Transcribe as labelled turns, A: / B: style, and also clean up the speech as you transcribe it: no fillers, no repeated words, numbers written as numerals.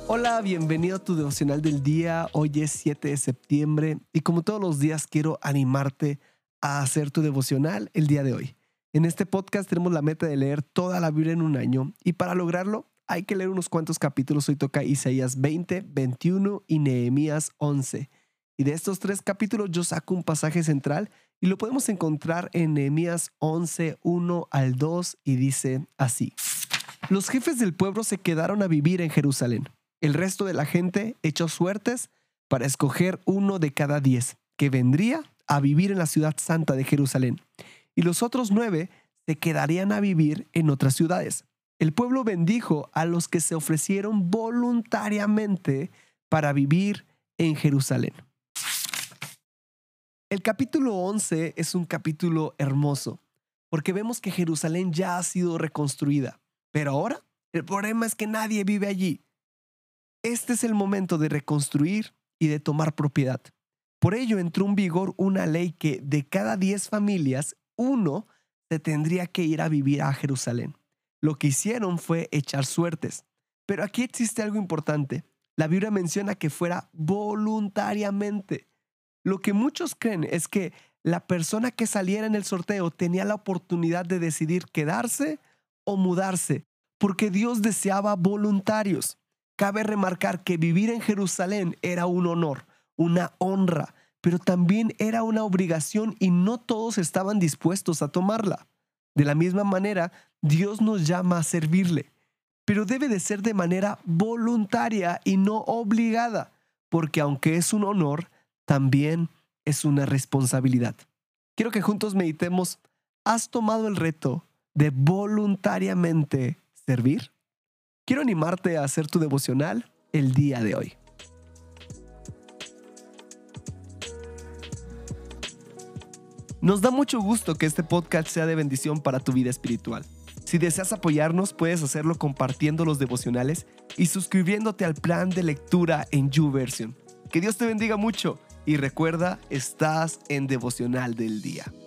A: Hola, bienvenido a tu devocional del día. Hoy es 7 de septiembre y como todos los días quiero animarte a hacer tu devocional el día de hoy. En este podcast tenemos la meta de leer toda la Biblia en un año y para lograrlo hay que leer unos cuantos capítulos. Hoy toca Isaías 20, 21 y Nehemías 11. Y de estos tres capítulos yo saco un pasaje central y lo podemos encontrar en Nehemías 11, 1 al 2 y dice así. Los jefes del pueblo se quedaron a vivir en Jerusalén. El resto de la gente echó suertes para escoger uno de cada 10 que vendría a vivir en la ciudad santa de Jerusalén. Y los otros 9 se quedarían a vivir en otras ciudades. El pueblo bendijo a los que se ofrecieron voluntariamente para vivir en Jerusalén. El capítulo 11 es un capítulo hermoso porque vemos que Jerusalén ya ha sido reconstruida. Pero ahora el problema es que nadie vive allí. Este es el momento de reconstruir y de tomar propiedad. Por ello entró en vigor una ley que de cada 10 familias, uno se tendría que ir a vivir a Jerusalén. Lo que hicieron fue echar suertes. Pero aquí existe algo importante. La Biblia menciona que fuera voluntariamente. Lo que muchos creen es que la persona que saliera en el sorteo tenía la oportunidad de decidir quedarse o mudarse, porque Dios deseaba voluntarios. Cabe remarcar que vivir en Jerusalén era un honor, una honra, pero también era una obligación y no todos estaban dispuestos a tomarla. De la misma manera, Dios nos llama a servirle, pero debe de ser de manera voluntaria y no obligada, porque aunque es un honor, también es una responsabilidad. Quiero que juntos meditemos, ¿has tomado el reto de voluntariamente servir? Quiero animarte a hacer tu devocional el día de hoy. Nos da mucho gusto que este podcast sea de bendición para tu vida espiritual. Si deseas apoyarnos, puedes hacerlo compartiendo los devocionales y suscribiéndote al plan de lectura en YouVersion. Que Dios te bendiga mucho y recuerda, estás en Devocional del Día.